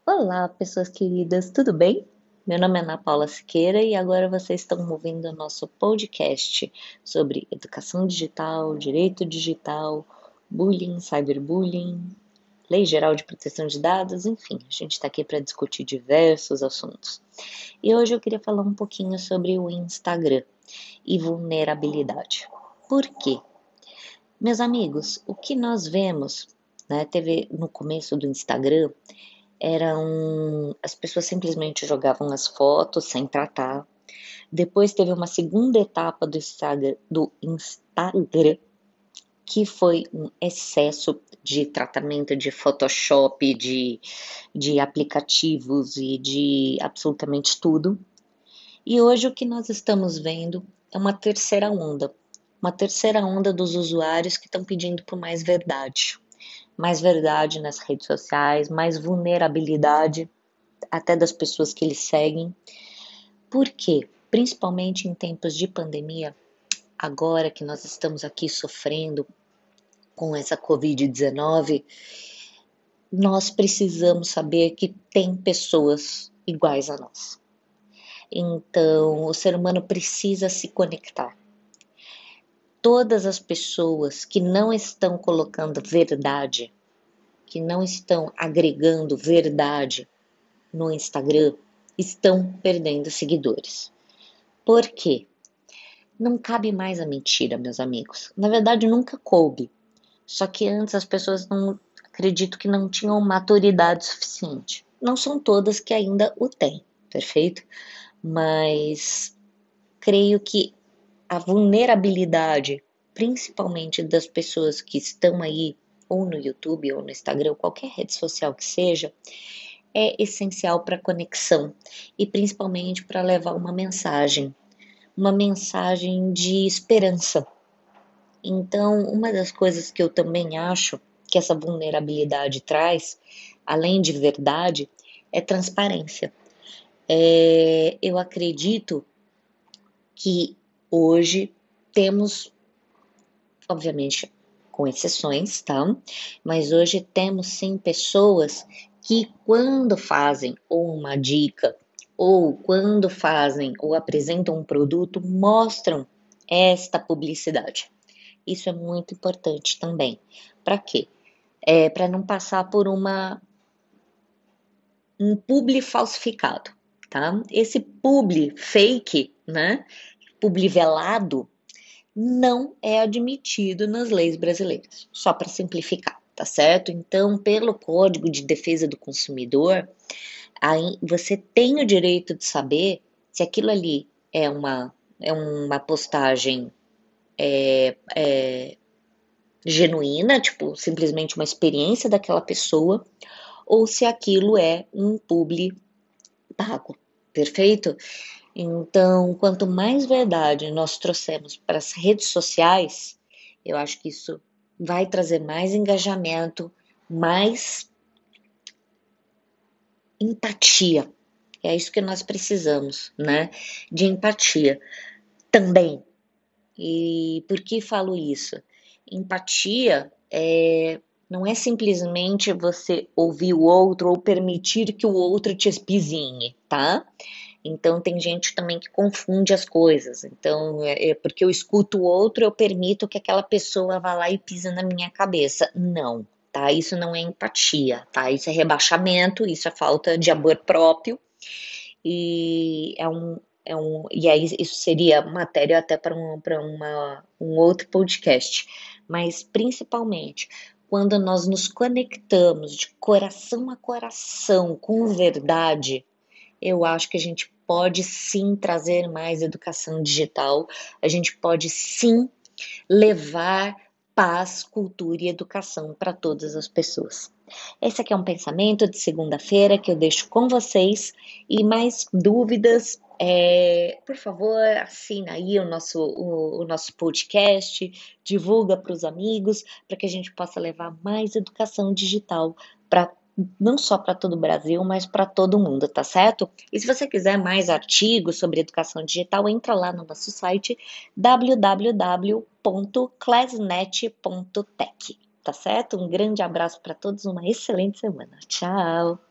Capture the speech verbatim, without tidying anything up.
Olá, pessoas queridas, tudo bem? Meu nome é Ana Paula Siqueira e agora vocês estão ouvindo o nosso podcast sobre educação digital, direito digital, bullying, cyberbullying, Lei Geral de Proteção de Dados, enfim, a gente está aqui para discutir diversos assuntos. E hoje eu queria falar um pouquinho sobre o Instagram e vulnerabilidade. Por quê? Meus amigos, o que nós vemos, né, teve no começo do Instagram, eram as pessoas simplesmente jogavam as fotos sem tratar. Depois teve uma segunda etapa do Instagram, do Instagram que foi um excesso de tratamento de Photoshop, de, de aplicativos e de absolutamente tudo. E hoje o que nós estamos vendo é uma terceira onda, uma terceira onda dos usuários que estão pedindo por mais verdade. Mais verdade nas redes sociais, mais vulnerabilidade até das pessoas que eles seguem. Por quê? Principalmente em tempos de pandemia, agora que nós estamos aqui sofrendo com essa covid dezenove, nós precisamos saber que tem pessoas iguais a nós. Então, o ser humano precisa se conectar. Todas as pessoas que não estão colocando verdade, que não estão agregando verdade no Instagram, estão perdendo seguidores. Por quê? Não cabe mais a mentira, meus amigos. Na verdade, nunca coube. Só que antes as pessoas não, acredito que não tinham maturidade suficiente. Não são todas que ainda o têm, perfeito? Mas creio que a vulnerabilidade, principalmente das pessoas que estão aí, ou no YouTube, ou no Instagram, ou qualquer rede social que seja, é essencial para a conexão e principalmente para levar uma mensagem, uma mensagem de esperança. Então, uma das coisas que eu também acho que essa vulnerabilidade traz, além de verdade, é transparência. É, eu acredito que hoje temos, obviamente, com exceções, tá? Mas hoje temos sim pessoas que quando fazem ou uma dica, ou quando fazem ou apresentam um produto, mostram esta publicidade. Isso é muito importante também. Para quê? É para não passar por uma um publi falsificado, tá? Esse publi fake, né? Publi velado, não é admitido nas leis brasileiras, só para simplificar, tá certo? Então, pelo Código de Defesa do Consumidor, aí você tem o direito de saber se aquilo ali é uma, é uma postagem é, é, genuína, tipo, simplesmente uma experiência daquela pessoa, ou se aquilo é um publi pago, perfeito? Então, quanto mais verdade nós trouxermos para as redes sociais, eu acho que isso vai trazer mais engajamento, mais empatia. É isso que nós precisamos, né? De empatia também. E por que falo isso? Empatia é, não é simplesmente você ouvir o outro ou permitir que o outro te espizinhe, tá? Então tem gente também que confunde as coisas. Então, é, é porque eu escuto o outro, eu permito que aquela pessoa vá lá e pisa na minha cabeça. Não, tá? Isso não é empatia, tá? Isso é rebaixamento, isso é falta de amor próprio e é um, é um e aí isso seria matéria até para um, para uma, um outro podcast. Mas principalmente quando nós nos conectamos de coração a coração com verdade, eu acho que a gente pode sim trazer mais educação digital, a gente pode sim levar paz, cultura e educação para todas as pessoas. Esse aqui é um pensamento de segunda-feira que eu deixo com vocês e mais dúvidas, é, por favor, assina aí o nosso, o, o nosso podcast, divulga para os amigos, para que a gente possa levar mais educação digital para não só para todo o Brasil, mas para todo mundo, tá certo? E se você quiser mais artigos sobre educação digital, entra lá no nosso site w w w ponto classnet ponto tech, tá certo? Um grande abraço para todos, uma excelente semana. Tchau!